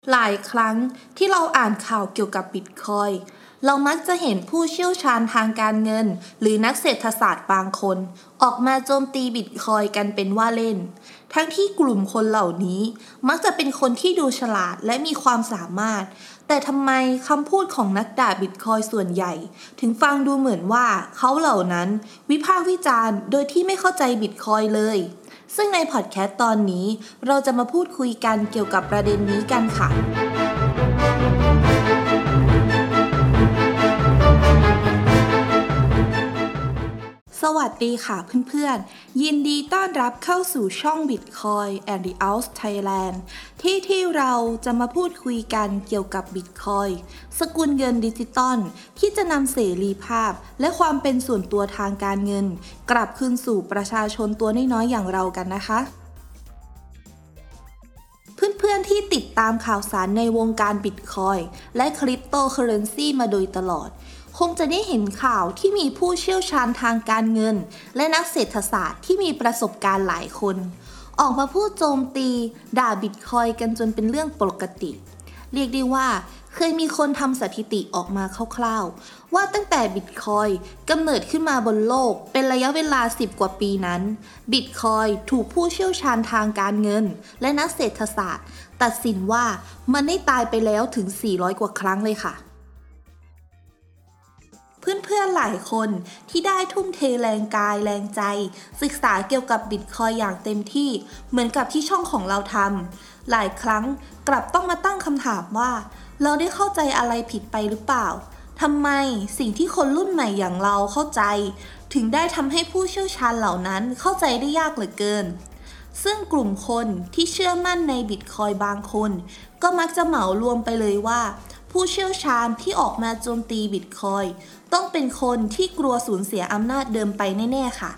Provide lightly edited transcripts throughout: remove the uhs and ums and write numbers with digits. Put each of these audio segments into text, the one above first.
หลายครั้งที่เราอ่านข่าวเกี่ยวกับบิตคอยน์เรามักจะเห็นผู้เชี่ยวชาญทางการเงินหรือนักเศรษฐศาสตร์บางคนออกมาโจมตีบิตคอยน์กันเป็นว่าเล่นทั้งที่กลุ่มคนเหล่านี้มักจะเป็นคนที่ดูฉลาดและมีความสามารถแต่ทำไมคำพูดของนักด่าบิตคอยน์ส่วนใหญ่ถึงฟังดูเหมือนว่าเขาเหล่านั้นวิพากษ์วิจารณ์โดยที่ไม่เข้าใจบิตคอยน์เลยซึ่งในพอดแคสต์ตอนนี้เราจะมาพูดคุยกันเกี่ยวกับประเด็นนี้กันค่ะสวัสดีค่ะเพื่อนๆยินดีต้อนรับเข้าสู่ช่อง Bitcoin and the Out Thailand ที่เราจะมาพูดคุยกันเกี่ยวกับ Bitcoin สกุลเงินดิจิตอลที่จะนำเสรีภาพและความเป็นส่วนตัวทางการเงินกลับคืนสู่ประชาชนตัวน้อยๆอย่างเรากันนะคะเพื่อนๆที่ติดตามข่าวสารในวงการ Bitcoin และ Cryptocurrency มาโดยตลอดคงจะได้เห็นข่าวที่มีผู้เชี่ยวชาญทางการเงินและนักเศรษฐศาสตร์ที่มีประสบการณ์หลายคนออกมาพูดโจมตีด่าบิตคอยน์กันจนเป็นเรื่องปกติเรียกได้ว่าเคยมีคนทำสถิติออกมาคร่าวๆว่าตั้งแต่บิตคอยน์กำเนิดขึ้นมาบนโลกเป็นระยะเวลา10กว่าปีนั้นบิตคอยน์ถูกผู้เชี่ยวชาญทางการเงินและนักเศรษฐศาสตร์ตัดสินว่ามันได้ตายไปแล้วถึง400กว่าครั้งเลยค่ะเพื่อนๆหลายคนที่ได้ทุ่มเทแรงกายแรงใจศึกษาเกี่ยวกับบิตคอยน์อย่างเต็มที่เหมือนกับที่ช่องของเราทำหลายครั้งกลับต้องมาตั้งคำถามว่าเราได้เข้าใจอะไรผิดไปหรือเปล่าทำไมสิ่งที่คนรุ่นใหม่อย่างเราเข้าใจถึงได้ทำให้ผู้เชี่ยวชาญเหล่านั้นเข้าใจได้ยากเหลือเกินซึ่งกลุ่มคนที่เชื่อมั่นในบิตคอยน์บางคนก็มักจะเหมารวมไปเลยว่าผู้เชี่ยวชาญที่ออกมาโจมตีบิตคอยน์ต้องเป็นคนที่กลัวสูญเสียอำนาจเดิมไปแน่ๆค่ะ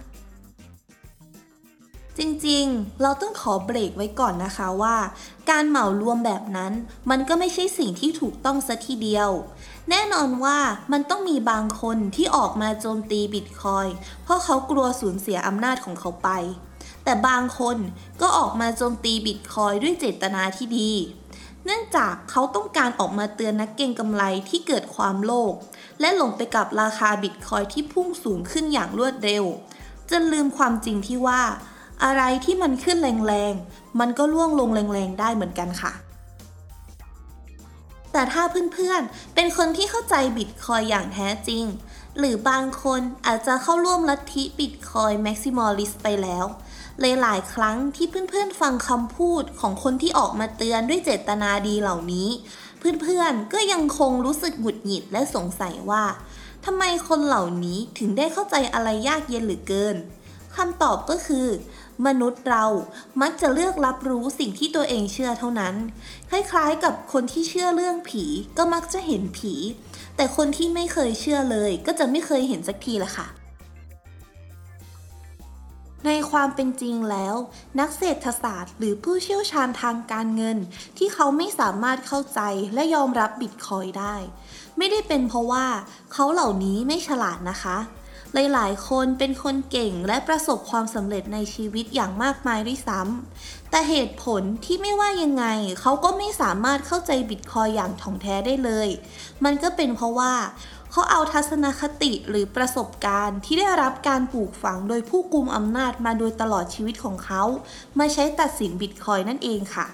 จริงๆเราต้องขอเบรกไว้ก่อนนะคะว่าการเหมารวมแบบนั้นมันก็ไม่ใช่สิ่งที่ถูกต้องซะทีเดียวแน่นอนว่ามันต้องมีบางคนที่ออกมาโจมตีบิตคอยน์เพราะเขากลัวสูญเสียอำนาจของเขาไปแต่บางคนก็ออกมาโจมตีบิตคอยน์ด้วยเจตนาที่ดีเนื่องจากเขาต้องการออกมาเตือนนักเก็งกำไรที่เกิดความโลภและหลงไปกับราคาบิตคอยน์ที่พุ่งสูงขึ้นอย่างรวดเร็วจนลืมความจริงที่ว่าอะไรที่มันขึ้นแรงๆมันก็ร่วงลงแรงๆได้เหมือนกันค่ะแต่ถ้าเพื่อนๆเป็นคนที่เข้าใจบิตคอยน์อย่างแท้จริงหรือบางคนอาจจะเข้าร่วมลัทธิบิตคอยน์แม็กซิมอลิสต์ไปแล้วหลายครั้งที่เพื่อนๆฟังคำพูดของคนที่ออกมาเตือนด้วยเจตนาดีเหล่านี้เพื่อนๆก็ยังคงรู้สึกหงุดหงิดและสงสัยว่าทำไมคนเหล่านี้ถึงได้เข้าใจอะไรยากเย็นเหลือเกินคำตอบก็คือมนุษย์เรามักจะเลือกรับรู้สิ่งที่ตัวเองเชื่อเท่านั้นคล้ายๆกับคนที่เชื่อเรื่องผีก็มักจะเห็นผีแต่คนที่ไม่เคยเชื่อเลยก็จะไม่เคยเห็นสักทีละค่ะในความเป็นจริงแล้วนักเศรษฐศาสตร์หรือผู้เชี่ยวชาญทางการเงินที่เขาไม่สามารถเข้าใจและยอมรับบิตคอยน์ได้ไม่ได้เป็นเพราะว่าเขาเหล่านี้ไม่ฉลาดนะคะหลายๆคนเป็นคนเก่งและประสบความสำเร็จในชีวิตอย่างมากมายด้วยซ้ำแต่เหตุผลที่ไม่ว่ายังไงเขาก็ไม่สามารถเข้าใจบิตคอยน์อย่างถ่องแท้ได้เลยมันก็เป็นเพราะว่าเขาเอาทัศนคติหรือประสบการณ์ที่ได้รับการปลูกฝังโดยผู้กุมอำนาจมาโดยตลอดชีวิตของเขามาใช้ตัดสินบิตคอยน์นั่นเองค่ะ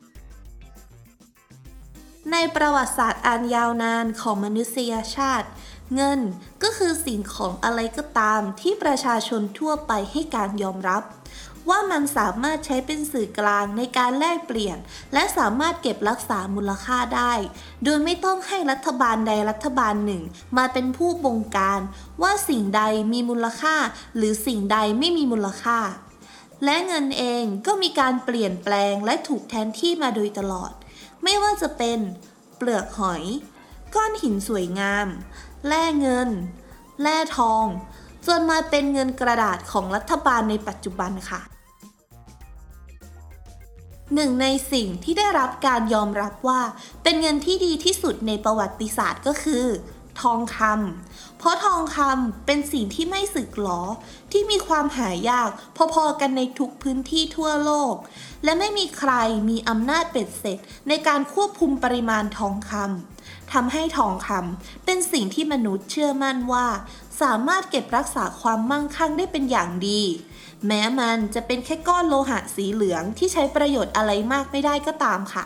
ในประวัติศาสตร์อันยาวนานของมนุษยชาติเงินก็คือสิ่งของอะไรก็ตามที่ประชาชนทั่วไปให้การยอมรับว่ามันสามารถใช้เป็นสื่อกลางในการแลกเปลี่ยนและสามารถเก็บรักษามูลค่าได้โดยไม่ต้องให้รัฐบาลใดรัฐบาลหนึ่งมาเป็นผู้บงการว่าสิ่งใดมีมูลค่าหรือสิ่งใดไม่มีมูลค่าและเงินเองก็มีการเปลี่ยนแปลงและถูกแทนที่มาโดยตลอดไม่ว่าจะเป็นเปลือกหอยก้อนหินสวยงามแร่เงินแร่ทองจนมาเป็นเงินกระดาษของรัฐบาลในปัจจุบันค่ะหนึ่งในสิ่งที่ได้รับการยอมรับว่าเป็นเงินที่ดีที่สุดในประวัติศาสตร์ก็คือทองคำเพราะทองคำเป็นสิ่งที่ไม่สึกหรอที่มีความหายากพอๆกันในทุกพื้นที่ทั่วโลกและไม่มีใครมีอำนาจเบ็ดเสร็จในการควบคุมปริมาณทองคำทำให้ทองคำเป็นสิ่งที่มนุษย์เชื่อมั่นว่าสามารถเก็บรักษาความมั่งคั่งได้เป็นอย่างดีแม้มันจะเป็นแค่ก้อนโลหะสีเหลืองที่ใช้ประโยชน์อะไรมากไม่ได้ก็ตามค่ะ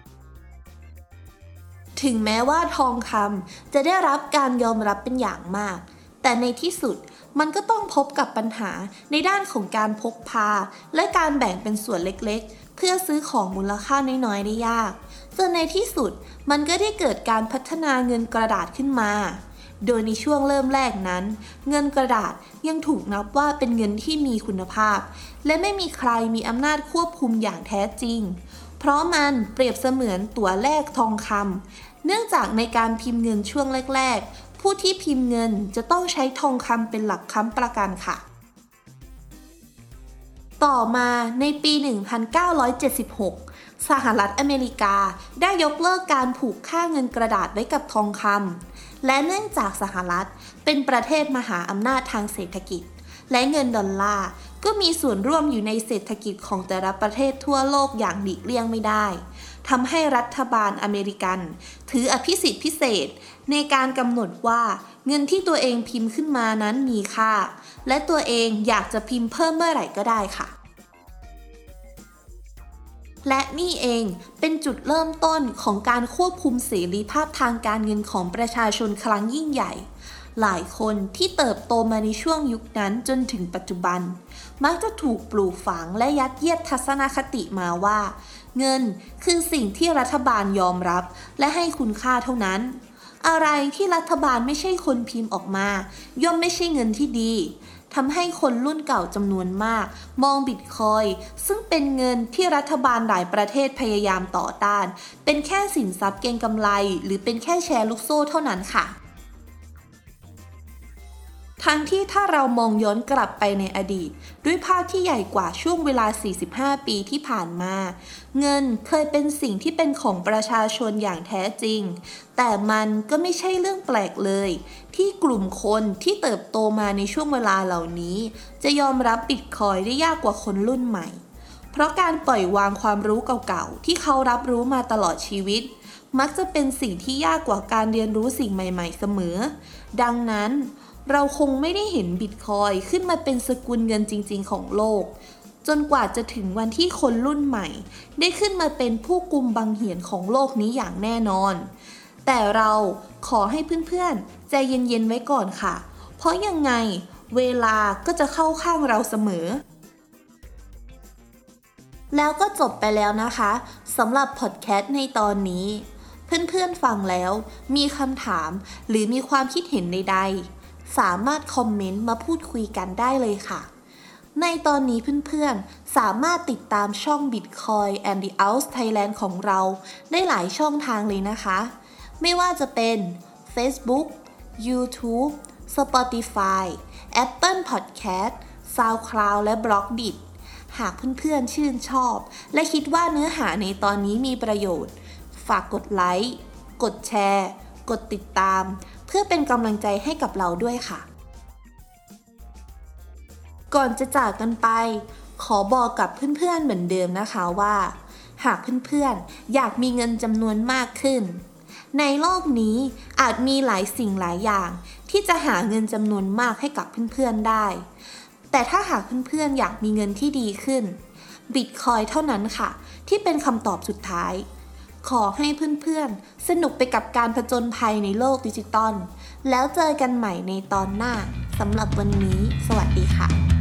ถึงแม้ว่าทองคำจะได้รับการยอมรับเป็นอย่างมากแต่ในที่สุดมันก็ต้องพบกับปัญหาในด้านของการพกพาและการแบ่งเป็นส่วนเล็กๆเพื่อซื้อของมูลค่าน้อยๆได้ยากจนในที่สุดมันก็ได้เกิดการพัฒนาเงินกระดาษขึ้นมาโดยในช่วงเริ่มแรกนั้นเงินกระดาษยังถูกนับว่าเป็นเงินที่มีคุณภาพและไม่มีใครมีอำนาจควบคุมอย่างแท้จริงเพราะมันเปรียบเสมือนตั๋วแลกทองคำเนื่องจากในการพิมพ์เงินช่วงแรกๆผู้ที่พิมพ์เงินจะต้องใช้ทองคำเป็นหลักค้ำประกันค่ะต่อมาในปี 1976 สหรัฐอเมริกาได้ยกเลิกการผูกค่าเงินกระดาษไว้กับทองคำและเนื่องจากสหรัฐเป็นประเทศมหาอำนาจทางเศรษฐกิจและเงินดอลลาร์ก็มีส่วนร่วมอยู่ในเศรษฐกิจของแต่ละประเทศทั่วโลกอย่างหลีกเลี่ยงไม่ได้ทำให้รัฐบาลอเมริกันถืออภิสิทธิพิเศษในการกำหนดว่าเงินที่ตัวเองพิมพ์ขึ้นมานั้นมีค่าและตัวเองอยากจะพิมพ์เพิ่มเมื่อไหร่ก็ได้ค่ะและนี่เองเป็นจุดเริ่มต้นของการควบคุมเสรีภาพทางการเงินของประชาชนครั้งยิ่งใหญ่หลายคนที่เติบโตมาในช่วงยุคนั้นจนถึงปัจจุบันมักจะถูกปลูกฝังและยัดเยียดทัศนคติมาว่าเงินคือสิ่งที่รัฐบาลยอมรับและให้คุณค่าเท่านั้นอะไรที่รัฐบาลไม่ใช่คนพิมพ์ออกมาย่อมไม่ใช่เงินที่ดีทำให้คนรุ่นเก่าจำนวนมากมองบิตคอยน์ซึ่งเป็นเงินที่รัฐบาลหลายประเทศพยายามต่อต้านเป็นแค่สินทรัพย์เก็งกำไรหรือเป็นแค่แชร์ลูกโซ่เท่านั้นค่ะทั้งที่ถ้าเรามองย้อนกลับไปในอดีตด้วยภาพที่ใหญ่กว่าช่วงเวลา 45 ปีที่ผ่านมาเงินเคยเป็นสิ่งที่เป็นของประชาชนอย่างแท้จริงแต่มันก็ไม่ใช่เรื่องแปลกเลยที่กลุ่มคนที่เติบโตมาในช่วงเวลาเหล่านี้จะยอมรับบิตคอยน์ได้ยากกว่าคนรุ่นใหม่เพราะการปล่อยวางความรู้เก่าๆที่เขารับรู้มาตลอดชีวิตมักจะเป็นสิ่งที่ยากกว่าการเรียนรู้สิ่งใหม่ๆเสมอดังนั้นเราคงไม่ได้เห็นบิตคอยน์ขึ้นมาเป็นสกุลเงินจริงๆของโลกจนกว่าจะถึงวันที่คนรุ่นใหม่ได้ขึ้นมาเป็นผู้กุมบังเหียนของโลกนี้อย่างแน่นอนแต่เราขอให้เพื่อนๆใจเย็นๆไว้ก่อนค่ะเพราะยังไงเวลาก็จะเข้าข้างเราเสมอแล้วก็จบไปแล้วนะคะสำหรับพอดแคสต์ในตอนนี้เพื่อนๆฟังแล้วมีคำถามหรือมีความคิดเห็นใดๆสามารถคอมเมนต์มาพูดคุยกันได้เลยค่ะในตอนนี้เพื่อนๆสามารถติดตามช่อง Bitcoin and the Out Thailand ของเราได้หลายช่องทางเลยนะคะไม่ว่าจะเป็น Facebook, YouTube, Spotify, Apple Podcast, SoundCloud และ Blockdit หากเพื่อนๆชื่นชอบและคิดว่าเนื้อหาในตอนนี้มีประโยชน์ฝากกดไลค์กดแชร์กดติดตามเพื่อเป็นกำลังใจให้กับเราด้วยค่ะก่อนจะจากกันไปขอบอกกับเพื่อนๆเหมือนเดิมนะคะว่าหากเพื่อนๆอยากมีเงินจำนวนมากขึ้นในโลกนี้อาจมีหลายสิ่งหลายอย่างที่จะหาเงินจำนวนมากให้กับเพื่อนๆได้แต่ถ้าหากเพื่อนๆอยากมีเงินที่ดีขึ้นบิตคอยน์เท่านั้นค่ะที่เป็นคำตอบสุดท้ายขอให้เพื่อนๆสนุกไปกับการผจญภัยในโลกดิจิตอลแล้วเจอกันใหม่ในตอนหน้าสำหรับวันนี้สวัสดีค่ะ